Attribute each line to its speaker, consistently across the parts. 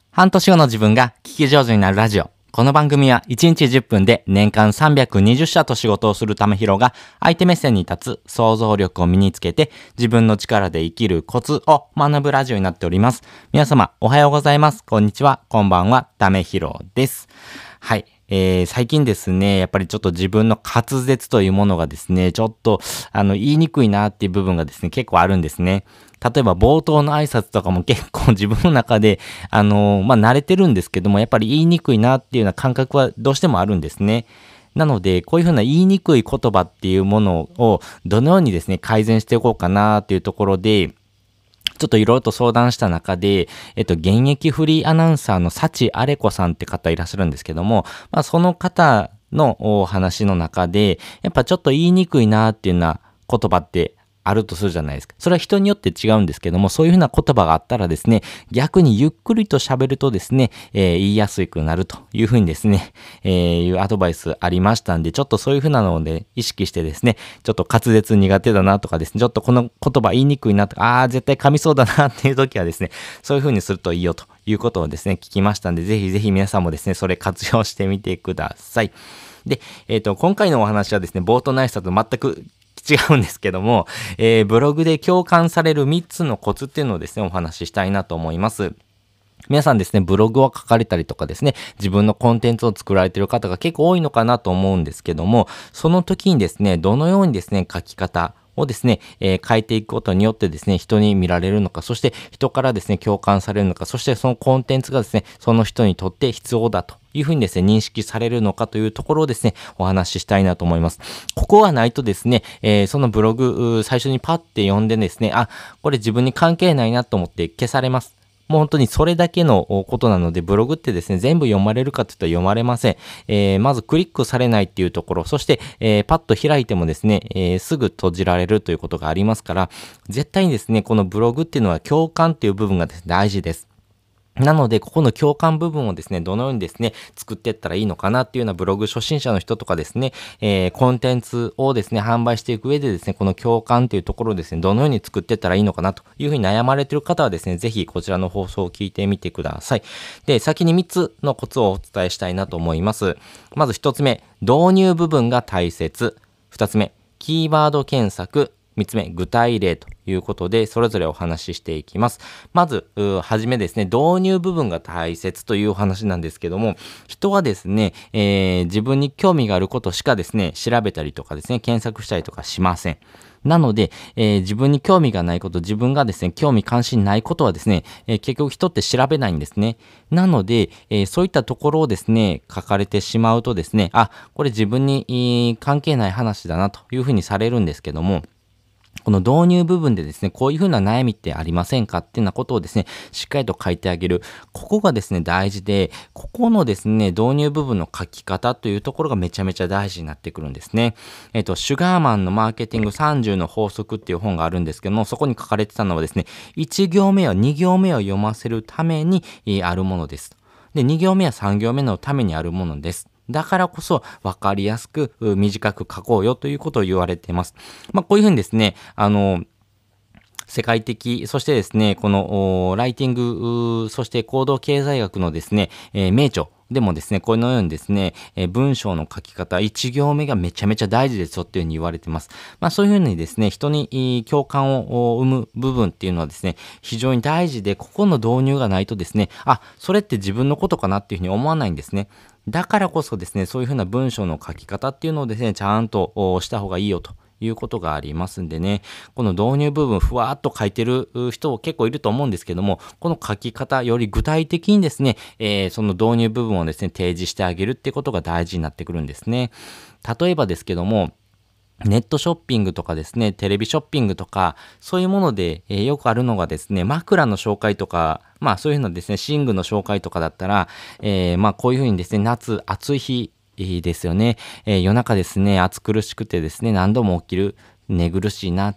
Speaker 1: 半年後の自分が聞き上手になるラジオ。この番組は1日10分で年間320社と仕事をするためひろが相手目線に立つ想像力を身につけて自分の力で生きるコツを学ぶラジオになっております。皆様おはようございます。こんにちは。こんばんは。ためひろです。はい。最近ですね、やっぱりちょっと自分の滑舌というものがですね、ちょっと言いにくいなっていう部分がですね、結構あるんですね。例えば冒頭の挨拶とかも結構自分の中で、慣れてるんですけども、やっぱり言いにくいなっていうような感覚はどうしてもあるんですね。なので、こういうふうな言いにくい言葉っていうものをどのようにですね、改善していこうかなっていうところで、ちょっといろいろと相談した中で、現役フリーアナウンサーの幸あれ子さんって方いらっしゃるんですけども、その方のお話の中で、やっぱちょっと言いにくいなっていうような言葉ってあるとするじゃないですか。それは人によって違うんですけども、そういうふうな言葉があったらですね、逆にゆっくりと喋るとですね、言いやすくなるというふうにですね、いうアドバイスありましたんで、ちょっとそういうふうなので意識してですね、ちょっと滑舌苦手だなとかですね、ちょっとこの言葉言いにくいなとか、絶対噛みそうだなっていう時はですね、そういうふうにするといいよということをですね、聞きましたんで、ぜひぜひ皆さんもですね、それ活用してみてください。で、今回のお話はですね、冒頭の挨拶と全く違うんですけども、ブログで共感される3つのコツっていうのをですね、お話ししたいなと思います。皆さんですね、ブログを書かれたりとかですね、自分のコンテンツを作られている方が結構多いのかなと思うんですけども、その時にですね、どのようにですね、書き方をですね、変えていくことによってですね、人に見られるのか、そして人からですね、共感されるのか、そしてそのコンテンツがですね、その人にとって必要だというふうにですね、認識されるのかというところをですね、お話ししたいなと思います。ここがないとですね、そのブログ、最初にパッて読んでですね、これ自分に関係ないなと思って消されます。もう本当にそれだけのことなので、ブログってですね、全部読まれるかといったら読まれません。まずクリックされないっていうところ、そして、パッと開いてもですね、すぐ閉じられるということがありますから、絶対にですね、このブログっていうのは共感っていう部分がですね、大事です。なので、ここの共感部分をですね、どのようにですね、作っていったらいいのかなっていうようなブログ初心者の人とかですね、コンテンツをですね、販売していく上でですね、この共感っていうところをですね、どのように作っていったらいいのかなというふうに悩まれている方はですね、ぜひこちらの放送を聞いてみてください。で、先に3つのコツをお伝えしたいなと思います。まず1つ目、導入部分が大切。2つ目、キーワード検索。3つ目、具体例ということで、それぞれお話ししていきます。まず、はじめですね、導入部分が大切というお話なんですけども、人はですね、自分に興味があることしかですね、調べたりとかですね、検索したりとかしません。なので、自分に興味がないこと、自分がですね、興味関心ないことはですね、結局人って調べないんですね。なので、そういったところをですね、書かれてしまうとですね、これ自分に関係ない話だなというふうにされるんですけども、この導入部分でですね、こういうふうな悩みってありませんかっていうようなことをですね、しっかりと書いてあげる。ここがですね、大事で、ここのですね、導入部分の書き方というところがめちゃめちゃ大事になってくるんですね。シュガーマンのマーケティング30の法則っていう本があるんですけども、そこに書かれてたのはですね、1行目や2行目を読ませるためにあるものです。で、2行目や3行目のためにあるものです。だからこそ分かりやすく短く書こうよということを言われています。こういうふうにですね、世界的、そしてですね、このライティング、そして行動経済学のですね、名著でもですね、このようにですね、文章の書き方、1行目がめちゃめちゃ大事ですよっていうふうに言われてます。そういうふうにですね、人に共感を生む部分っていうのはですね、非常に大事で、ここの導入がないとですね、それって自分のことかなっていうふうに思わないんですね。だからこそですね、そういうふうな文章の書き方っていうのをですね、ちゃんとした方がいいよということがありますんでね、この導入部分ふわーっと書いてる人結構いると思うんですけども、この書き方より具体的にですね、その導入部分をですね、提示してあげるってことが大事になってくるんですね。例えばですけども、ネットショッピングとかですね、テレビショッピングとか、そういうもので、よくあるのがですね、枕の紹介とか、そういうのですね、寝具の紹介とかだったら、こういうふうにですね、夏、暑い日ですよね。夜中ですね、暑苦しくてですね、何度も起きる、寝苦しいな。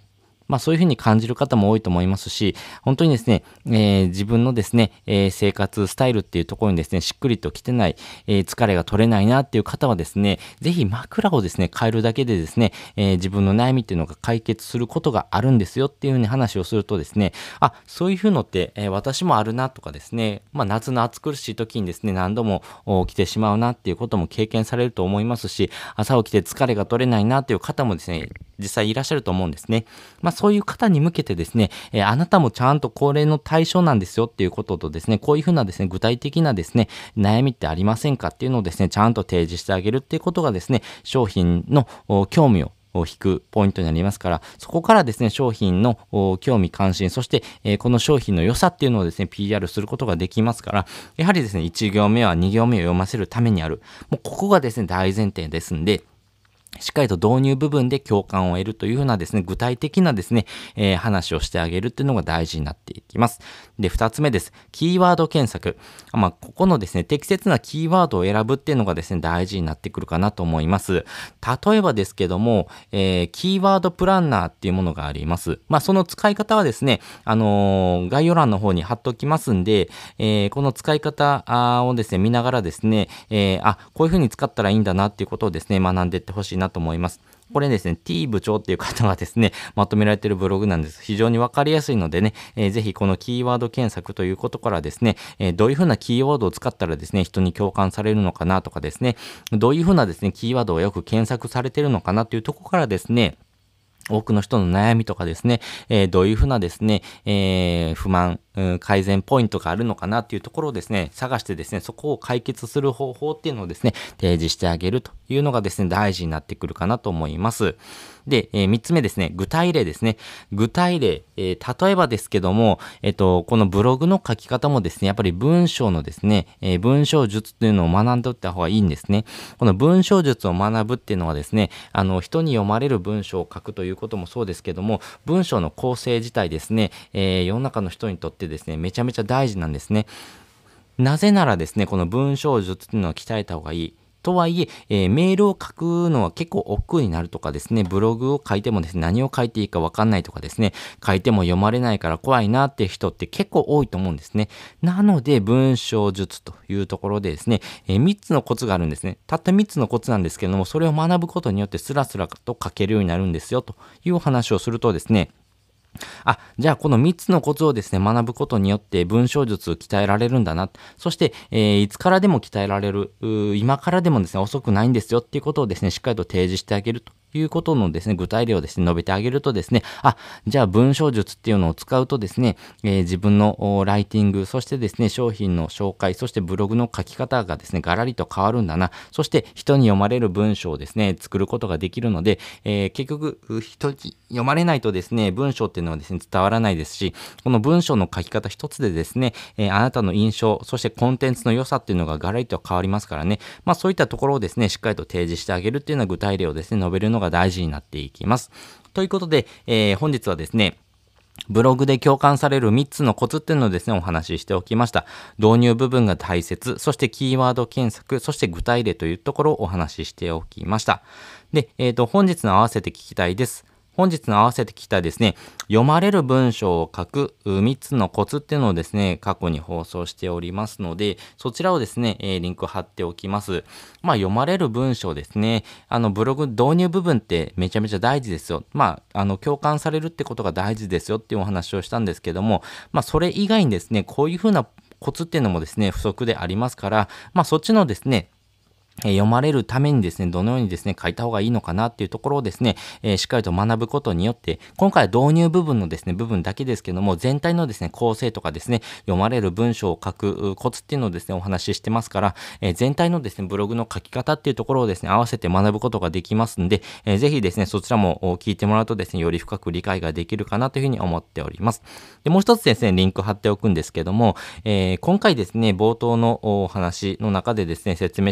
Speaker 1: そういうふうに感じる方も多いと思いますし、本当にですね、自分のですね、生活スタイルっていうところにですね、しっくりときてない、疲れが取れないなっていう方はですね、ぜひ枕をですね、変えるだけでですね、自分の悩みっていうのが解決することがあるんですよっていうふうに話をするとですね、そういうふうのって、私もあるなとかですね、夏の暑苦しい時にですね、何度も起きてしまうなっていうことも経験されると思いますし、朝起きて疲れが取れないなっていう方もですね、実際いらっしゃると思うんですね。そういう方に向けてですね、あなたもちゃんとこれの対象なんですよっていうこととですね、こういうふうなですね、具体的なですね、悩みってありませんかっていうのをですね、ちゃんと提示してあげるっていうことがですね、商品の興味を引くポイントになりますから、そこからですね、商品の興味関心、そして、この商品の良さっていうのをですね、PR することができますから、やはりですね、1行目は2行目を読ませるためにある。もうここがですね、大前提ですんで、しっかりと導入部分で共感を得るというふうなですね、具体的なですね、話をしてあげるっていうのが大事になっていきます。で、2つ目です。キーワード検索。ここのですね、適切なキーワードを選ぶっていうのがですね、大事になってくるかなと思います。例えばですけども、キーワードプランナーっていうものがあります。その使い方はですね、概要欄の方に貼っておきますんで、この使い方をですね、見ながらですね、こういうふうに使ったらいいんだなっていうことをですね、学んでいってほしいなと思います。これですね、T 部長っていう方がですね、まとめられているブログなんです。非常にわかりやすいのでね、ぜひこのキーワード検索ということからですね、どういうふうなキーワードを使ったらですね、人に共感されるのかなとかですね、どういうふうなですね、キーワードをよく検索されているのかなというところからですね、多くの人の悩みとかですね、どういうふうなですね、不満、改善ポイントがあるのかなっていうところをですね、探してですね、そこを解決する方法っていうのをですね、提示してあげるというのがですね、大事になってくるかなと思います。で、3つ目ですね、具体例ですね。具体例、例えばですけども、このブログの書き方もですね、やっぱり文章のですね、文章術っていうのを学んでおいた方がいいんですね。この文章術を学ぶっていうのはですね、人に読まれる文章を書くということもそうですけども、文章の構成自体ですね、世の中の人にとってですね、めちゃめちゃ大事なんですね。なぜならですね、この文章術っていうのは鍛えた方がいい。とはいえメールを書くのは結構億劫になるとかですね、ブログを書いてもですね、何を書いていいかわかんないとかですね、書いても読まれないから怖いなっていう人って結構多いと思うんですね。なので、文章術というところでですね、3つのコツがあるんですね。たった3つのコツなんですけども、それを学ぶことによってスラスラと書けるようになるんですよというお話をするとですね、じゃあこの3つのコツをですね、学ぶことによって文章術鍛えられるんだな。そして、いつからでも鍛えられる、今からでもですね、遅くないんですよっていうことをですね、しっかりと提示してあげるということのですね、具体例をですね、述べてあげるとですね、じゃあ文章術っていうのを使うとですね、自分のライティング、そしてですね、商品の紹介、そしてブログの書き方がですね、ガラリと変わるんだな。そして人に読まれる文章をですね、作ることができるので、結局、人に読まれないとですね、文章っていうのはですね、伝わらないですし、この文章の書き方一つでですね、あなたの印象、そしてコンテンツの良さっていうのがガラリと変わりますからね、そういったところをですね、しっかりと提示してあげるっていうような具体例をですね、述べるのが大事になっていきます。ということで、本日はですね、ブログで共感される3つのコツっていうのをですね、お話ししておきました。導入部分が大切、そしてキーワード検索、そして具体例というところをお話ししておきました。で、本日の合わせて聞きたいです。本日の合わせて聞きたいですね、読まれる文章を書く3つのコツっていうのをですね、過去に放送しておりますので、そちらをですね、リンク貼っておきます。読まれる文章ですね。ブログ導入部分ってめちゃめちゃ大事ですよ。共感されるってことが大事ですよっていうお話をしたんですけども、それ以外にですね、こういうふうなコツっていうのもですね、不足でありますから、そっちのですね、読まれるためにですね、どのようにですね、書いた方がいいのかなっていうところをですね、しっかりと学ぶことによって、今回は導入部分のですね、部分だけですけども、全体のですね、構成とかですね、読まれる文章を書くコツっていうのをですね、お話ししてますから、全体のですね、ブログの書き方っていうところをですね、合わせて学ぶことができますんで、ぜひですね、そちらも聞いてもらうとですね、より深く理解ができるかなというふうに思っております。で、もう一つですね、リンク貼っておくんですけども、今回ですね、冒頭のお話の中でですね、説明しましたけど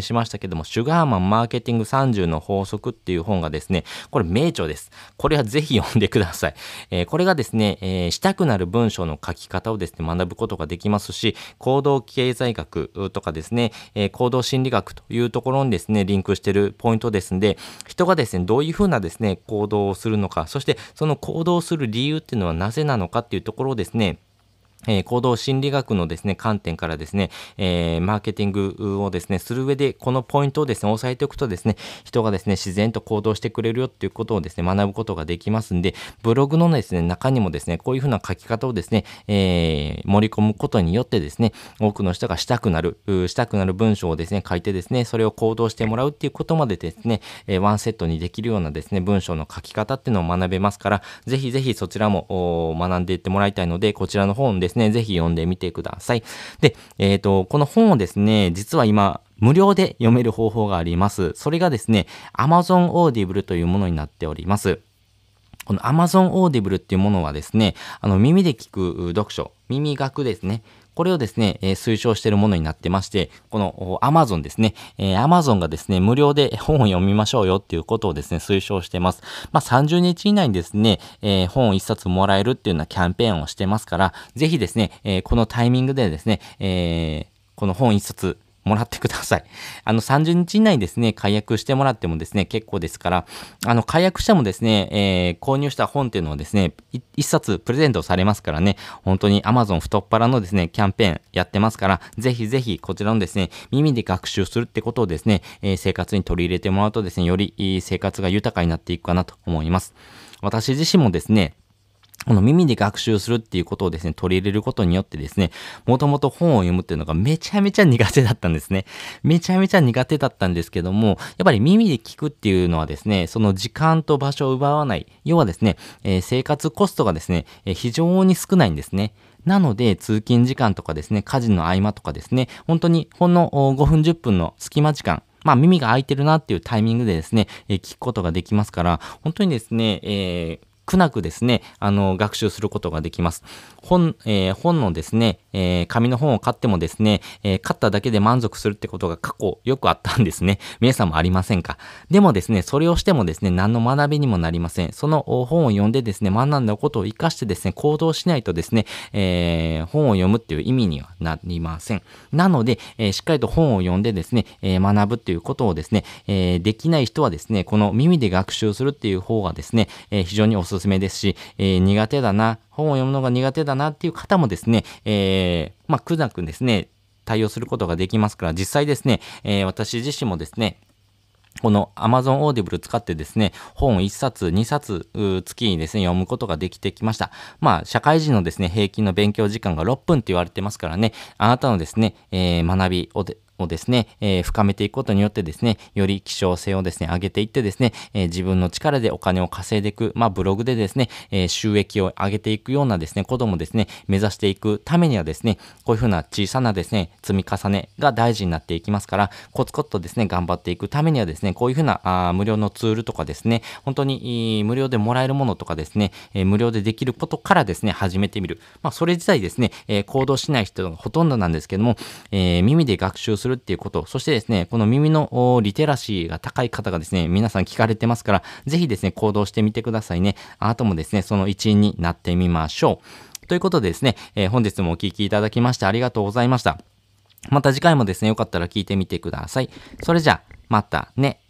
Speaker 1: ども、シュガーマンマーケティング30の法則っていう本がですね、これ名著です。これはぜひ読んでください。これがですね、したくなる文章の書き方をですね、学ぶことができますし、行動経済学とかですね、行動心理学というところにですね、リンクしているポイントですんで、人がですね、どういうふうなですね、行動をするのか、そしてその行動をする理由っていうのはなぜなのかっていうところをですね、行動心理学のですね、観点からですね、マーケティングをですね、する上で、このポイントをですね、押さえておくとですね、人がですね、自然と行動してくれるよっていうことをですね、学ぶことができますんで、ブログのですね、中にもですね、こういうふうな書き方をですね、盛り込むことによってですね、多くの人がしたくなる文章をですね、書いてですね、それを行動してもらうっていうことまでですね、ワンセットにできるようなですね、文章の書き方っていうのを学べますから、ぜひぜひそちらも学んでいってもらいたいので、こちらの本ですね、ぜひ読んでみてください。で、この本をですね、実は今、無料で読める方法があります。それがですね、Amazon Audible というものになっております。この Amazon Audible っていうものはですね、耳で聞く読書、耳学ですね。これをですね、推奨しているものになってまして、この Amazon ですね、Amazon がですね、無料で本を読みましょうよっていうことをですね、推奨してます。30日以内にですね、本を1冊もらえるっていうようなキャンペーンをしてますから、ぜひですね、このタイミングでですね、この本1冊、もらってください。30日以内にですね、解約してもらってもですね、結構ですから、解約してもですね、購入した本っていうのはですね、一冊プレゼントされますからね、本当に Amazon 太っ腹のですね、キャンペーンやってますから、ぜひぜひこちらのですね、耳で学習するってことをですね、生活に取り入れてもらうとですね、より生活が豊かになっていくかなと思います。私自身もですね、この耳で学習するっていうことをですね、取り入れることによってですね、もともと本を読むっていうのがめちゃめちゃ苦手だったんですね。めちゃめちゃ苦手だったんですけども、やっぱり耳で聞くっていうのはですね、その時間と場所を奪わない。要はですね、生活コストがですね、非常に少ないんですね。なので、通勤時間とかですね、家事の合間とかですね、本当にほんの5分10分の隙間時間、耳が開いてるなっていうタイミングでですね、聞くことができますから、本当にですね、苦なくですね、学習することができます。本のですね、紙の本を買ってもですね、買っただけで満足するってことが過去よくあったんですね。皆さんもありませんか？でもですね、それをしてもですね、何の学びにもなりません。その本を読んでですね、学んだことを活かしてですね、行動しないとですね、本を読むっていう意味にはなりません。なので、しっかりと本を読んでですね、学ぶっていうことをですね、できない人はですね、この耳で学習するっていう方がですね、非常におすすめですし、苦手だな、本を読むのが苦手だなっていう方もですね、苦なくですね、対応することができますから、実際ですね、私自身もですね、この Amazon Audible 使ってですね、本1冊、2冊、月にですね、読むことができてきました。社会人のですね、平均の勉強時間が6分って言われてますからね、あなたのですね、学びをですね、深めていくことによってですね、より希少性をですね、上げていってですね、自分の力でお金を稼いでいく、ブログでですね、収益を上げていくようなですね、こともですね、目指していくためにはですね、こういうふうな小さなですね、積み重ねが大事になっていきますから、コツコツとですね、頑張っていくためにはですね、こういうふうな無料のツールとかですね、本当に無料でもらえるものとかですね、無料でできることからですね、始めてみる。それ自体ですね、行動しない人がほとんどなんですけども、耳で学習するっていうこと、そしてですね、この耳のリテラシーが高い方がですね、皆さん聞かれてますから、ぜひですね、行動してみてくださいね。あなたもですね、その一員になってみましょう。ということでですね、本日もお聞きいただきましてありがとうございました。また次回もですね、よかったら聞いてみてください。それじゃあ、またね。